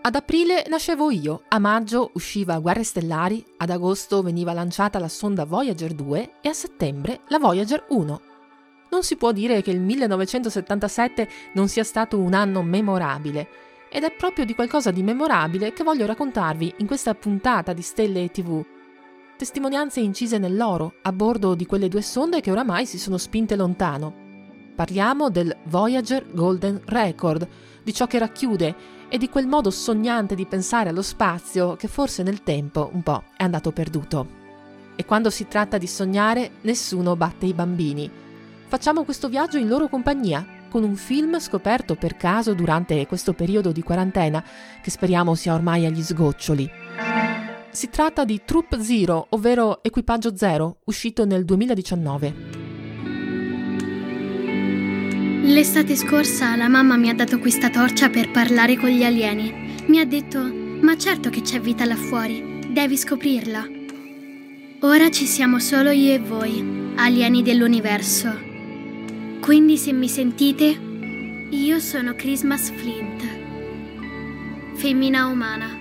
Ad aprile nascevo io, a maggio usciva Guerre Stellari, ad agosto veniva lanciata la sonda Voyager 2 e a settembre la Voyager 1. Non si può dire che il 1977 non sia stato un anno memorabile, ed è proprio di qualcosa di memorabile che voglio raccontarvi in questa puntata di Stelle e TV. Testimonianze incise nell'oro, a bordo di quelle due sonde che oramai si sono spinte lontano. Parliamo del Voyager Golden Record, di ciò che racchiude e di quel modo sognante di pensare allo spazio che forse nel tempo un po' è andato perduto. E quando si tratta di sognare, nessuno batte i bambini. Facciamo questo viaggio in loro compagnia, con un film scoperto per caso durante questo periodo di quarantena, che speriamo sia ormai agli sgoccioli. Si tratta di Troop Zero, ovvero Equipaggio Zero, uscito nel 2019. L'estate scorsa la mamma mi ha dato questa torcia per parlare con gli alieni. Mi ha detto: ma certo che c'è vita là fuori, devi scoprirla. Ora ci siamo solo io e voi, alieni dell'universo. Quindi se mi sentite, io sono Christmas Flint, femmina umana.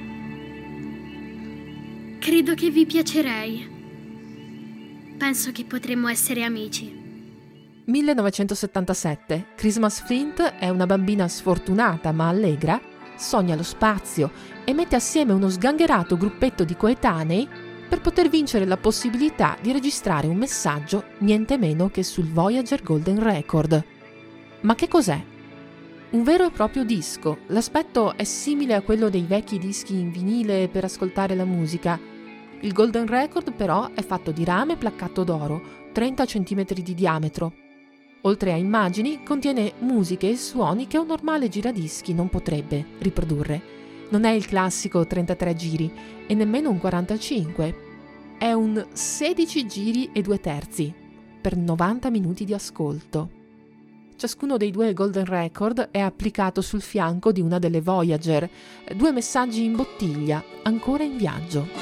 Credo che vi piacerei. Penso che potremmo essere amici. 1977. Christmas Flint è una bambina sfortunata ma allegra, sogna lo spazio e mette assieme uno sgangherato gruppetto di coetanei per poter vincere la possibilità di registrare un messaggio niente meno che sul Voyager Golden Record. Ma che cos'è? Un vero e proprio disco. L'aspetto è simile a quello dei vecchi dischi in vinile per ascoltare la musica. Il Golden Record però è fatto di rame placcato d'oro, 30 cm di diametro. Oltre a immagini, contiene musiche e suoni che un normale giradischi non potrebbe riprodurre. Non è il classico 33 giri e nemmeno un 45. È un 16 giri e 2/3 per 90 minuti di ascolto. Ciascuno dei due Golden Record è applicato sul fianco di una delle Voyager, 2 messaggi in bottiglia, ancora in viaggio.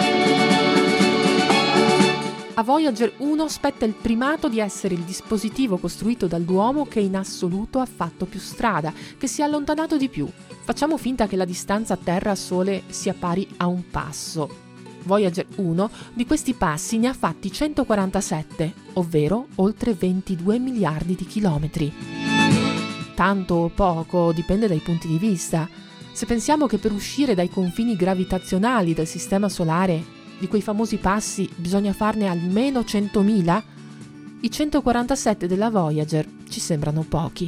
A Voyager 1 spetta il primato di essere il dispositivo costruito dall'uomo che in assoluto ha fatto più strada, che si è allontanato di più. Facciamo finta che la distanza Terra-Sole sia pari a un passo. Voyager 1 di questi passi ne ha fatti 147, ovvero oltre 22 miliardi di chilometri. Tanto o poco dipende dai punti di vista. Se pensiamo che per uscire dai confini gravitazionali del Sistema Solare di quei famosi passi bisogna farne almeno 100.000, i 147 della Voyager ci sembrano pochi.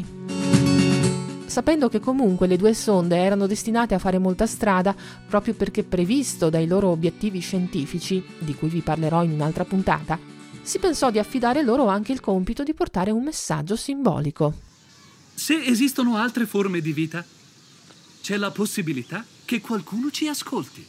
Sapendo che comunque le due sonde erano destinate a fare molta strada proprio perché previsto dai loro obiettivi scientifici, di cui vi parlerò in un'altra puntata, si pensò di affidare loro anche il compito di portare un messaggio simbolico. Se esistono altre forme di vita, c'è la possibilità che qualcuno ci ascolti.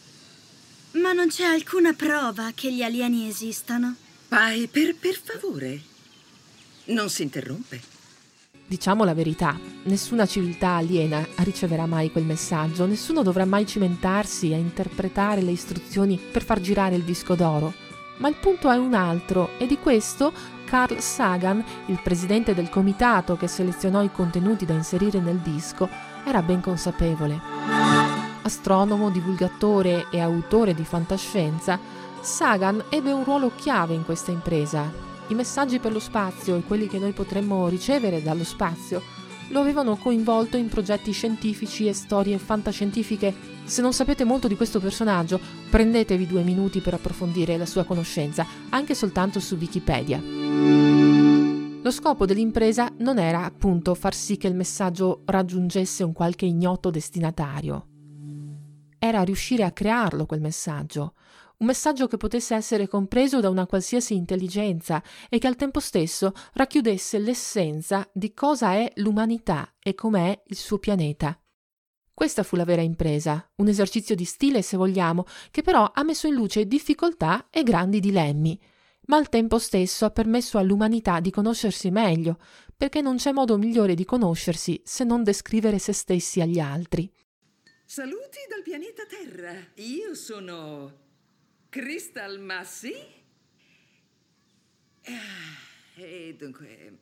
Ma non c'è alcuna prova che gli alieni esistano? Pai, per favore, non si interrompe. Diciamo la verità, nessuna civiltà aliena riceverà mai quel messaggio, nessuno dovrà mai cimentarsi a interpretare le istruzioni per far girare il disco d'oro. Ma il punto è un altro, e di questo Carl Sagan, il presidente del comitato che selezionò i contenuti da inserire nel disco, era ben consapevole. Astronomo, divulgatore e autore di fantascienza, Sagan ebbe un ruolo chiave in questa impresa. I messaggi per lo spazio e quelli che noi potremmo ricevere dallo spazio lo avevano coinvolto in progetti scientifici e storie fantascientifiche. Se non sapete molto di questo personaggio, prendetevi 2 minuti per approfondire la sua conoscenza, anche soltanto su Wikipedia. Lo scopo dell'impresa non era appunto far sì che il messaggio raggiungesse un qualche ignoto destinatario. Era riuscire a crearlo quel messaggio, un messaggio che potesse essere compreso da una qualsiasi intelligenza e che al tempo stesso racchiudesse l'essenza di cosa è l'umanità e com'è il suo pianeta. Questa fu la vera impresa, un esercizio di stile se vogliamo, che però ha messo in luce difficoltà e grandi dilemmi, ma al tempo stesso ha permesso all'umanità di conoscersi meglio, perché non c'è modo migliore di conoscersi se non descrivere se stessi agli altri. Saluti dal pianeta Terra. Io sono Crystal Massey. E dunque...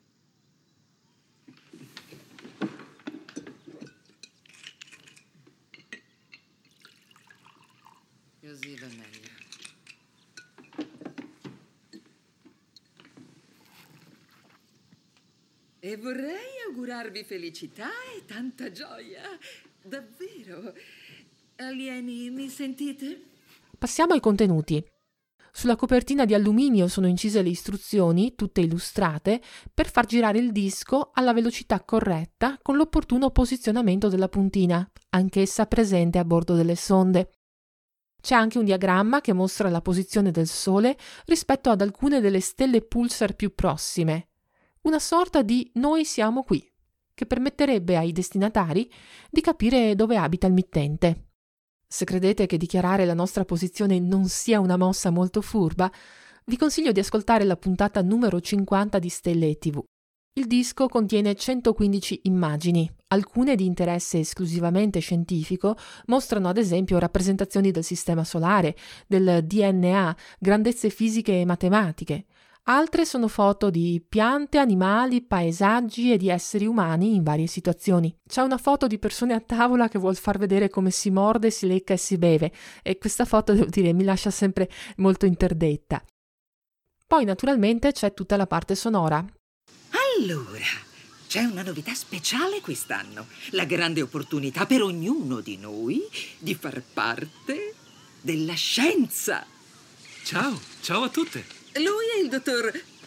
E vorrei augurarvi felicità e tanta gioia. Davvero. Alieni, mi sentite? Passiamo ai contenuti. Sulla copertina di alluminio sono incise le istruzioni, tutte illustrate, per far girare il disco alla velocità corretta con l'opportuno posizionamento della puntina, anch'essa presente a bordo delle sonde. C'è anche un diagramma che mostra la posizione del Sole rispetto ad alcune delle stelle pulsar più prossime. Una sorta di "noi siamo qui", che permetterebbe ai destinatari di capire dove abita il mittente. Se credete che dichiarare la nostra posizione non sia una mossa molto furba, vi consiglio di ascoltare la puntata numero 50 di Stelle TV. Il disco contiene 115 immagini, alcune di interesse esclusivamente scientifico, mostrano ad esempio rappresentazioni del sistema solare, del DNA, grandezze fisiche e matematiche. Altre sono foto di piante, animali, paesaggi e di esseri umani in varie situazioni. C'è una foto di persone a tavola che vuol far vedere come si morde, si lecca e si beve, e questa foto, devo dire, mi lascia sempre molto interdetta. Poi naturalmente c'è tutta la parte sonora. Allora, c'è una novità speciale quest'anno. La grande opportunità per ognuno di noi di far parte della scienza. Ciao a tutte. Lui è il dottor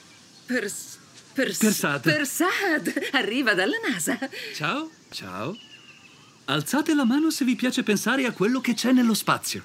Persad. Arriva dalla NASA. Ciao. Alzate la mano se vi piace pensare a quello che c'è nello spazio.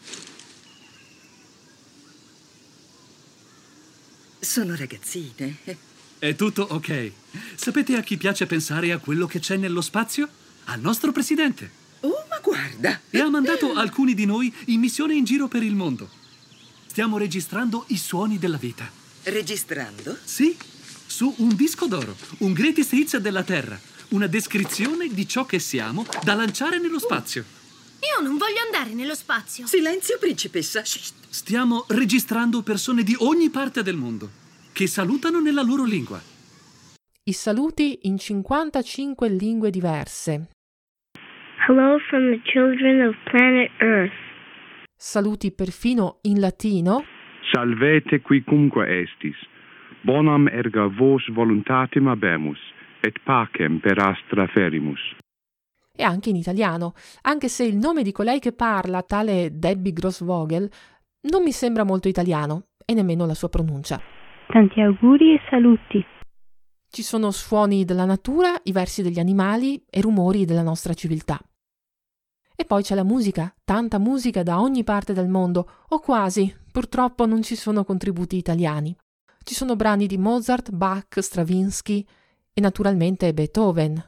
Sono ragazzine. È tutto ok. Sapete a chi piace pensare a quello che c'è nello spazio? Al nostro presidente. Oh, ma guarda! E ha mandato alcuni di noi in missione in giro per il mondo. Stiamo registrando i suoni della vita. Registrando? Sì, su un disco d'oro, un greatest hits della Terra, una descrizione di ciò che siamo da lanciare nello spazio. Io non voglio andare nello spazio. Silenzio, principessa. Shh. Stiamo registrando persone di ogni parte del mondo che salutano nella loro lingua. I saluti in 55 lingue diverse. Hello from the children of planet Earth. Saluti perfino in latino. Salvete quicumque estis. Bonam erga vos voluntatem habemus, et pacem per astra ferimus. E anche in italiano, anche se il nome di colei che parla, tale Debbie Grossvogel, non mi sembra molto italiano, e nemmeno la sua pronuncia. Tanti auguri e saluti. Ci sono suoni della natura, i versi degli animali e rumori della nostra civiltà. E poi c'è la musica, tanta musica da ogni parte del mondo, o quasi. Purtroppo non ci sono contributi italiani. Ci sono brani di Mozart, Bach, Stravinsky e naturalmente Beethoven.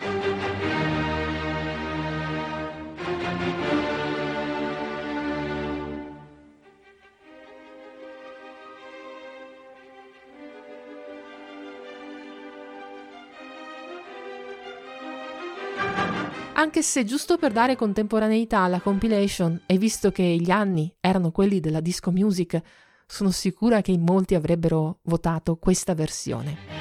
Anche se, giusto per dare contemporaneità alla compilation, e visto che gli anni erano quelli della disco music, sono sicura che in molti avrebbero votato questa versione.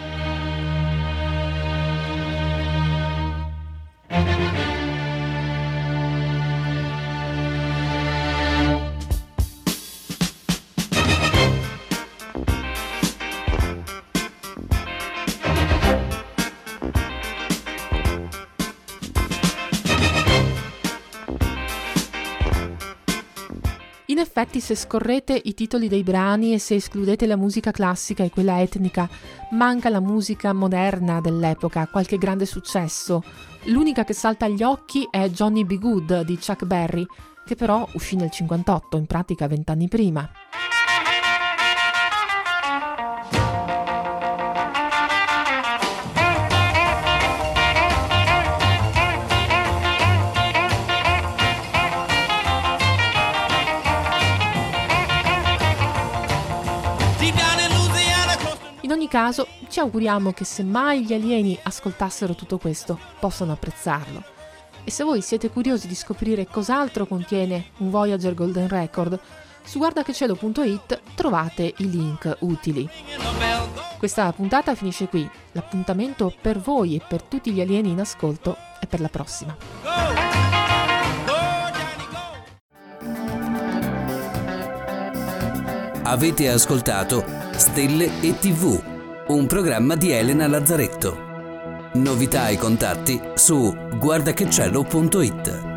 In effetti, se scorrete i titoli dei brani e se escludete la musica classica e quella etnica, manca la musica moderna dell'epoca, qualche grande successo. L'unica che salta agli occhi è Johnny B. Good di Chuck Berry, che però uscì nel 1958, in pratica 20 anni prima. In ogni caso, ci auguriamo che se mai gli alieni ascoltassero tutto questo, possano apprezzarlo. E se voi siete curiosi di scoprire cos'altro contiene un Voyager Golden Record, su guardachecielo.it trovate i link utili. Questa puntata finisce qui. L'appuntamento per voi e per tutti gli alieni in ascolto è per la prossima. Avete ascoltato Stelle e TV, un programma di Elena Lazzaretto. Novità e contatti su guardachecielo.it.